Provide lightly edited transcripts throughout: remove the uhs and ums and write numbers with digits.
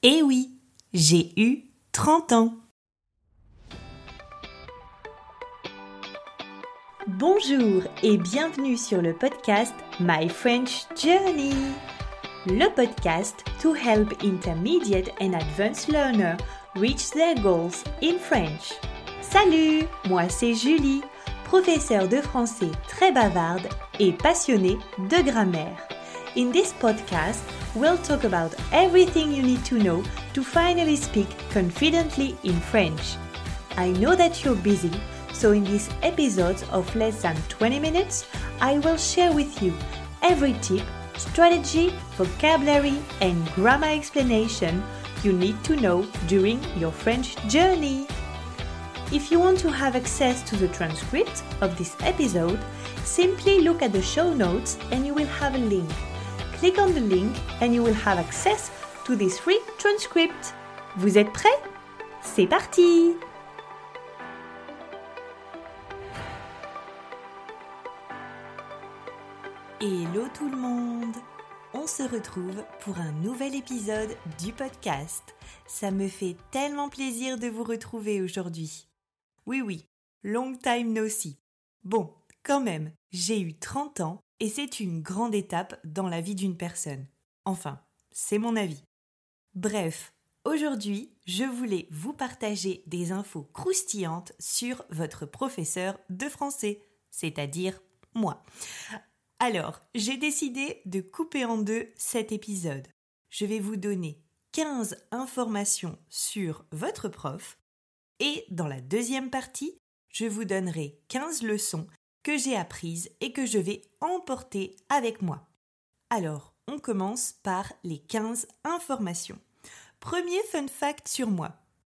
Eh oui, j'ai eu 30 ans. Bonjour et bienvenue sur le podcast My French Journey. Le podcast to help intermediate and advanced learners reach their goals in French. Salut, moi c'est Julie, professeure de français très bavarde et passionnée de grammaire. In this podcast, we'll talk about everything you need to know to finally speak confidently in French. I know that you're busy, so in these episodes of less than 20 minutes, I will share with you every tip, strategy, vocabulary, and grammar explanation you need to know during your French journey. If you want to have access to the transcript of this episode, simply look at the show notes and you will have a link. Click on the link and you will have access to this free transcript. Vous êtes prêts? C'est parti! Hello tout le monde! On se retrouve pour un nouvel épisode du podcast. Ça me fait tellement plaisir de vous retrouver aujourd'hui. Oui, long time no see. Bon, quand même, j'ai eu 30 ans et c'est une grande étape dans la vie d'une personne. Enfin, c'est mon avis. Bref, aujourd'hui, je voulais vous partager des infos croustillantes sur votre professeur de français, c'est-à-dire moi. Alors, j'ai décidé de couper en deux cet épisode. Je vais vous donner 15 informations sur votre prof et dans la deuxième partie, je vous donnerai 15 leçons que j'ai apprises et que je vais emporter avec moi. Alors, on commence par les 15 informations. Premier fun fact sur moi.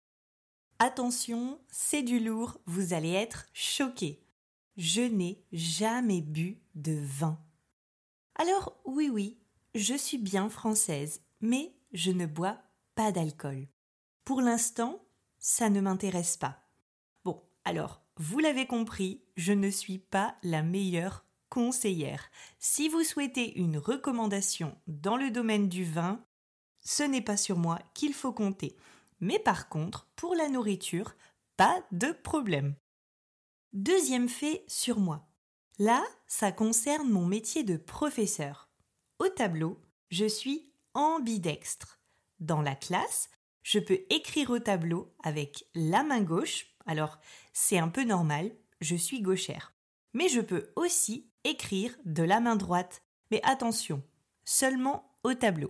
Attention, c'est du lourd, vous allez être choqués. Je n'ai jamais bu de vin. Alors, oui, je suis bien française, mais je ne bois pas d'alcool. Pour l'instant, ça ne m'intéresse pas. Bon, alors, vous l'avez compris, je ne suis pas la meilleure conseillère. Si vous souhaitez une recommandation dans le domaine du vin, ce n'est pas sur moi qu'il faut compter. Mais par contre, pour la nourriture, pas de problème. Deuxième fait sur moi. Là, ça concerne mon métier de professeur. Au tableau, je suis ambidextre. Dans la classe, je peux écrire au tableau avec la main gauche. Alors, c'est un peu normal, je suis gauchère. Mais je peux aussi écrire de la main droite. Mais attention, seulement au tableau.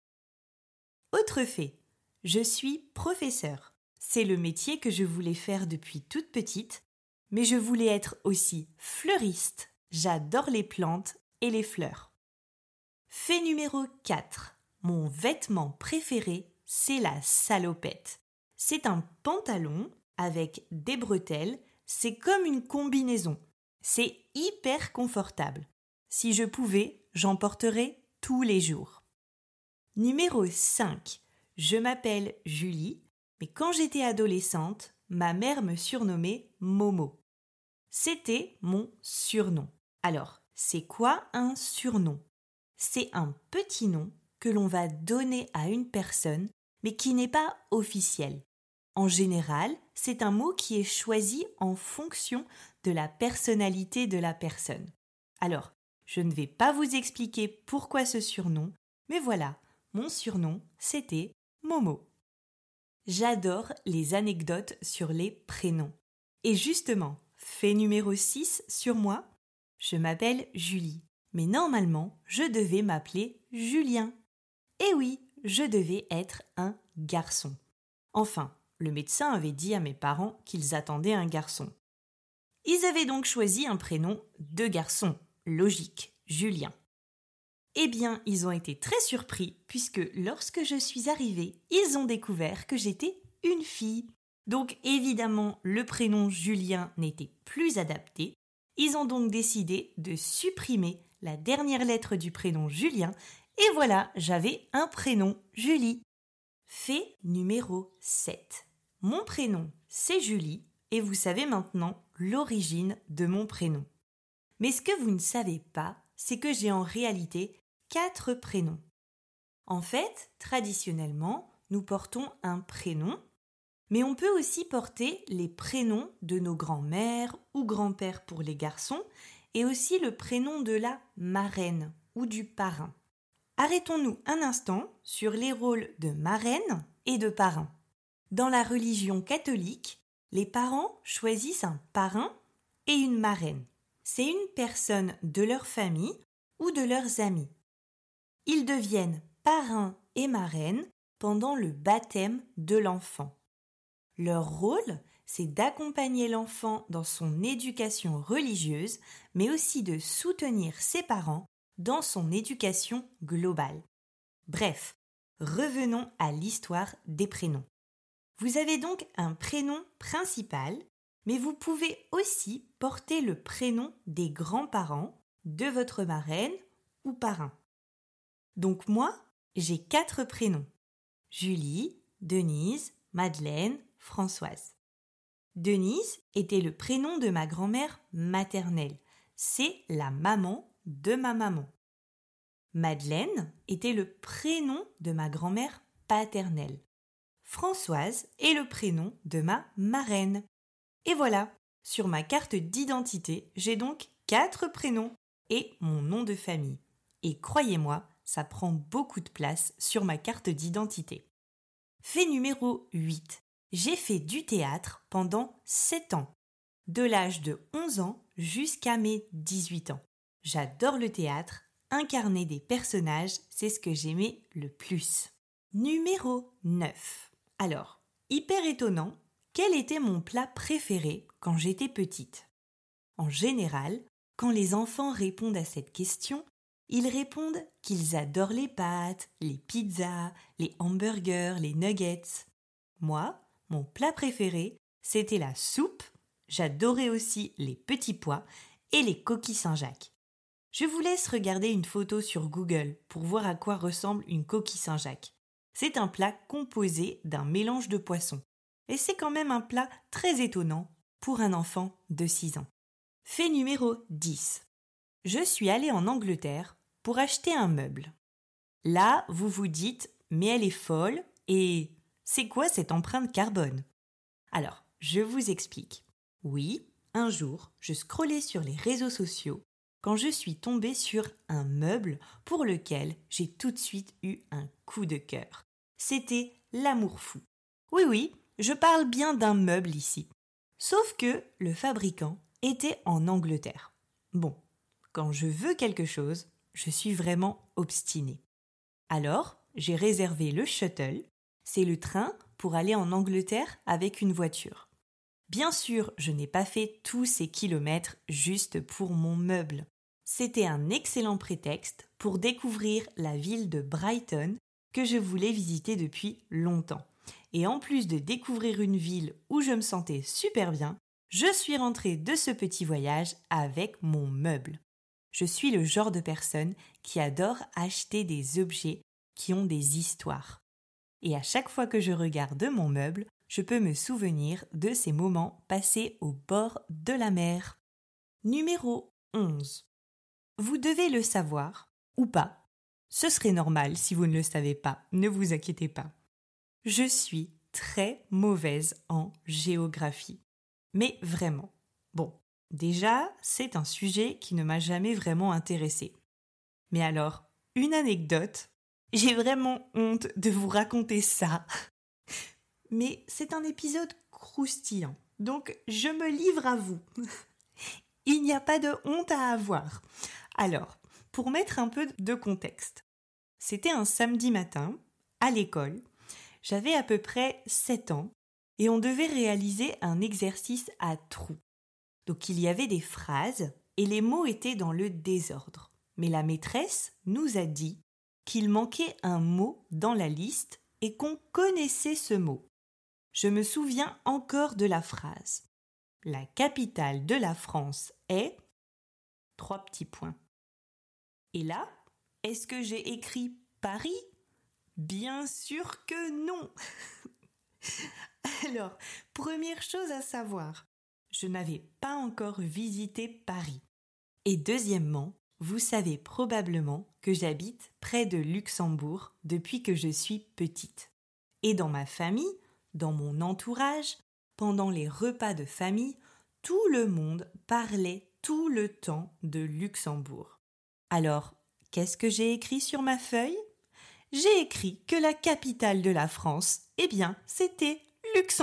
Autre fait, je suis professeur. C'est le métier que je voulais faire depuis toute petite, mais je voulais être aussi fleuriste. J'adore les plantes et les fleurs. Fait numéro 4. Mon vêtement préféré, c'est la salopette. C'est un pantalon avec des bretelles, c'est comme une combinaison. C'est hyper confortable. Si je pouvais, j'en porterais tous les jours. Numéro 5. Je m'appelle Julie, mais quand j'étais adolescente, ma mère me surnommait Momo. C'était mon surnom. Alors, c'est quoi un surnom? C'est un petit nom que l'on va donner à une personne, mais qui n'est pas officiel. En général, c'est un mot qui est choisi en fonction de la personnalité de la personne. Alors, je ne vais pas vous expliquer pourquoi ce surnom, mais voilà, mon surnom, c'était Momo. J'adore les anecdotes sur les prénoms. Et justement, fait numéro 6 sur moi, je m'appelle Julie. Mais normalement, je devais m'appeler Julien. Et oui, je devais être un garçon. Enfin, le médecin avait dit à mes parents qu'ils attendaient un garçon. Ils avaient donc choisi un prénom de garçon, logique, Julien. Eh bien, ils ont été très surpris puisque lorsque je suis arrivée, ils ont découvert que j'étais une fille. Donc évidemment, le prénom Julien n'était plus adapté. Ils ont donc décidé de supprimer la dernière lettre du prénom Julien et voilà, j'avais un prénom Julie. Fait numéro 7. Mon prénom, c'est Julie et vous savez maintenant l'origine de mon prénom. Mais ce que vous ne savez pas, c'est que j'ai en réalité 4 prénoms. En fait, traditionnellement, nous portons un prénom, mais on peut aussi porter les prénoms de nos grands-mères ou grands-pères pour les garçons et aussi le prénom de la marraine ou du parrain. Arrêtons-nous un instant sur les rôles de marraine et de parrain. Dans la religion catholique, les parents choisissent un parrain et une marraine. C'est une personne de leur famille ou de leurs amis. Ils deviennent parrain et marraine pendant le baptême de l'enfant. Leur rôle, c'est d'accompagner l'enfant dans son éducation religieuse, mais aussi de soutenir ses parents dans son éducation globale. Bref, revenons à l'histoire des prénoms. Vous avez donc un prénom principal, mais vous pouvez aussi porter le prénom des grands-parents de votre marraine ou parrain. Donc moi, j'ai 4 prénoms. Julie, Denise, Madeleine, Françoise. Denise était le prénom de ma grand-mère maternelle. C'est la maman de ma maman. Madeleine était le prénom de ma grand-mère paternelle. Françoise est le prénom de ma marraine. Et voilà, sur ma carte d'identité, j'ai donc 4 prénoms et mon nom de famille. Et croyez-moi, ça prend beaucoup de place sur ma carte d'identité. Fait numéro 8. J'ai fait du théâtre pendant 7 ans, de l'âge de 11 ans jusqu'à mes 18 ans. J'adore le théâtre, incarner des personnages, c'est ce que j'aimais le plus. Numéro 9. Alors, hyper étonnant, quel était mon plat préféré quand j'étais petite ? En général, quand les enfants répondent à cette question, ils répondent qu'ils adorent les pâtes, les pizzas, les hamburgers, les nuggets. Moi, mon plat préféré, c'était la soupe. J'adorais aussi les petits pois et les coquilles Saint-Jacques. Je vous laisse regarder une photo sur Google pour voir à quoi ressemble une coquille Saint-Jacques. C'est un plat composé d'un mélange de poissons. Et c'est quand même un plat très étonnant pour un enfant de 6 ans. Fait numéro 10. Je suis allée en Angleterre pour acheter un meuble. Là, vous vous dites, mais elle est folle et c'est quoi cette empreinte carbone ? Alors, je vous explique. Oui, un jour, je scrollais sur les réseaux sociaux quand je suis tombée sur un meuble pour lequel j'ai tout de suite eu un coup de cœur. C'était l'amour fou. Oui, je parle bien d'un meuble ici. Sauf que le fabricant était en Angleterre. Bon, quand je veux quelque chose, je suis vraiment obstinée. Alors, j'ai réservé le shuttle, c'est le train pour aller en Angleterre avec une voiture. Bien sûr, je n'ai pas fait tous ces kilomètres juste pour mon meuble. C'était un excellent prétexte pour découvrir la ville de Brighton que je voulais visiter depuis longtemps. Et en plus de découvrir une ville où je me sentais super bien, je suis rentrée de ce petit voyage avec mon meuble. Je suis le genre de personne qui adore acheter des objets qui ont des histoires. Et à chaque fois que je regarde mon meuble, je peux me souvenir de ces moments passés au bord de la mer. Numéro 11. Vous devez le savoir, ou pas. Ce serait normal si vous ne le savez pas, ne vous inquiétez pas. Je suis très mauvaise en géographie. Mais vraiment. Bon, déjà, c'est un sujet qui ne m'a jamais vraiment intéressée. Mais alors, une anecdote, j'ai vraiment honte de vous raconter ça. Mais c'est un épisode croustillant, donc je me livre à vous. Il n'y a pas de honte à avoir. Alors, pour mettre un peu de contexte, c'était un samedi matin, à l'école, j'avais à peu près 7 ans et on devait réaliser un exercice à trous. Donc il y avait des phrases et les mots étaient dans le désordre. Mais la maîtresse nous a dit qu'il manquait un mot dans la liste et qu'on connaissait ce mot. Je me souviens encore de la phrase. La capitale de la France est... 3 petits points. Et là, est-ce que j'ai écrit Paris ? Bien sûr que non. Alors, première chose à savoir, je n'avais pas encore visité Paris. Et deuxièmement, vous savez probablement que j'habite près de Luxembourg depuis que je suis petite. Et dans ma famille, dans mon entourage, pendant les repas de famille, tout le monde parlait tout le temps de Luxembourg. Alors, qu'est-ce que j'ai écrit sur ma feuille ? J'ai écrit que la capitale de la France, c'était Luxembourg. ...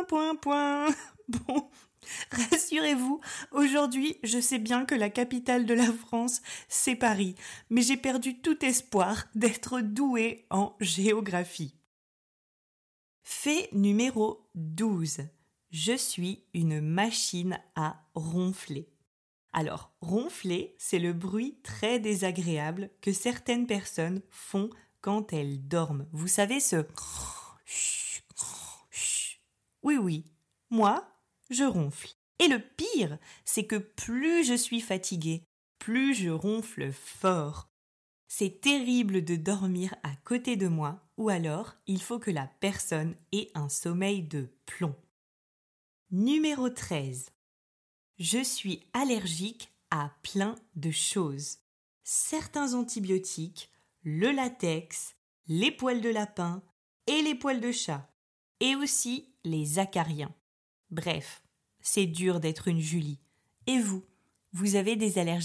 Bon, rassurez-vous, aujourd'hui, je sais bien que la capitale de la France, c'est Paris, mais j'ai perdu tout espoir d'être douée en géographie. Fait numéro 12. Je suis une machine à ronfler. Alors, ronfler, c'est le bruit très désagréable que certaines personnes font quand elles dorment. Vous savez, ce... Oui, moi, je ronfle. Et le pire, c'est que plus je suis fatiguée, plus je ronfle fort. C'est terrible de dormir à côté de moi, ou alors il faut que la personne ait un sommeil de plomb. Numéro 13. Je suis allergique à plein de choses. Certains antibiotiques, le latex, les poils de lapin et les poils de chat. Et aussi les acariens. Bref, c'est dur d'être une Julie. Et vous, vous avez des allergies ?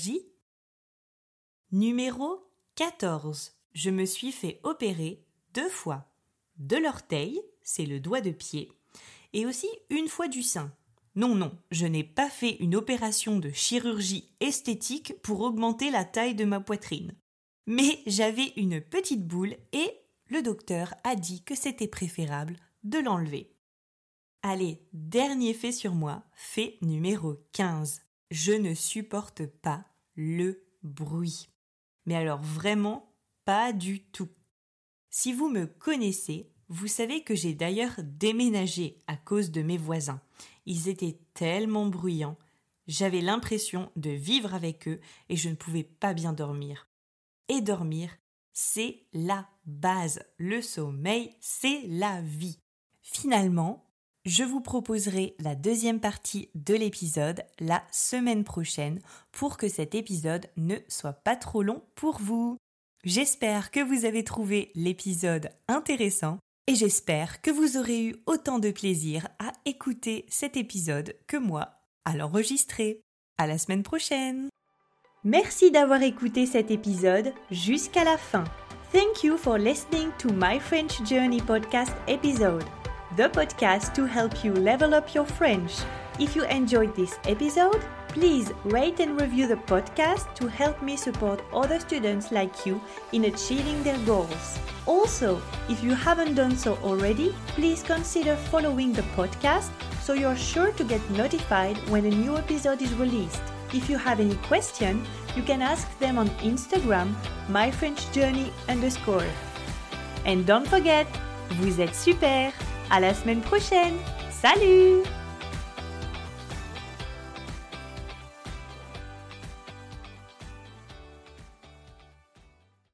Numéro 14. Je me suis fait opérer 2 fois. De l'orteil, c'est le doigt de pied, et aussi une fois du sein. Non, je n'ai pas fait une opération de chirurgie esthétique pour augmenter la taille de ma poitrine. Mais j'avais une petite boule et le docteur a dit que c'était préférable de l'enlever. Allez, dernier fait sur moi, fait numéro 15. Je ne supporte pas le bruit. Mais alors vraiment, pas du tout. Si vous me connaissez, vous savez que j'ai d'ailleurs déménagé à cause de mes voisins. Ils étaient tellement bruyants. J'avais l'impression de vivre avec eux et je ne pouvais pas bien dormir. Et dormir, c'est la base. Le sommeil, c'est la vie. Finalement, je vous proposerai la deuxième partie de l'épisode la semaine prochaine pour que cet épisode ne soit pas trop long pour vous. J'espère que vous avez trouvé l'épisode intéressant et j'espère que vous aurez eu autant de plaisir à écouter cet épisode que moi à l'enregistrer. À la semaine prochaine! Merci d'avoir écouté cet épisode jusqu'à la fin. Thank you for listening to My French Journey podcast episode, the podcast to help you level up your French. If you enjoyed this episode, please rate and review the podcast to help me support other students like you in achieving their goals. Also, if you haven't done so already, please consider following the podcast so you're sure to get notified when a new episode is released. If you have any question, you can ask them on Instagram, myfrenchjourney_. And don't forget, vous êtes super! À la semaine prochaine! Salut!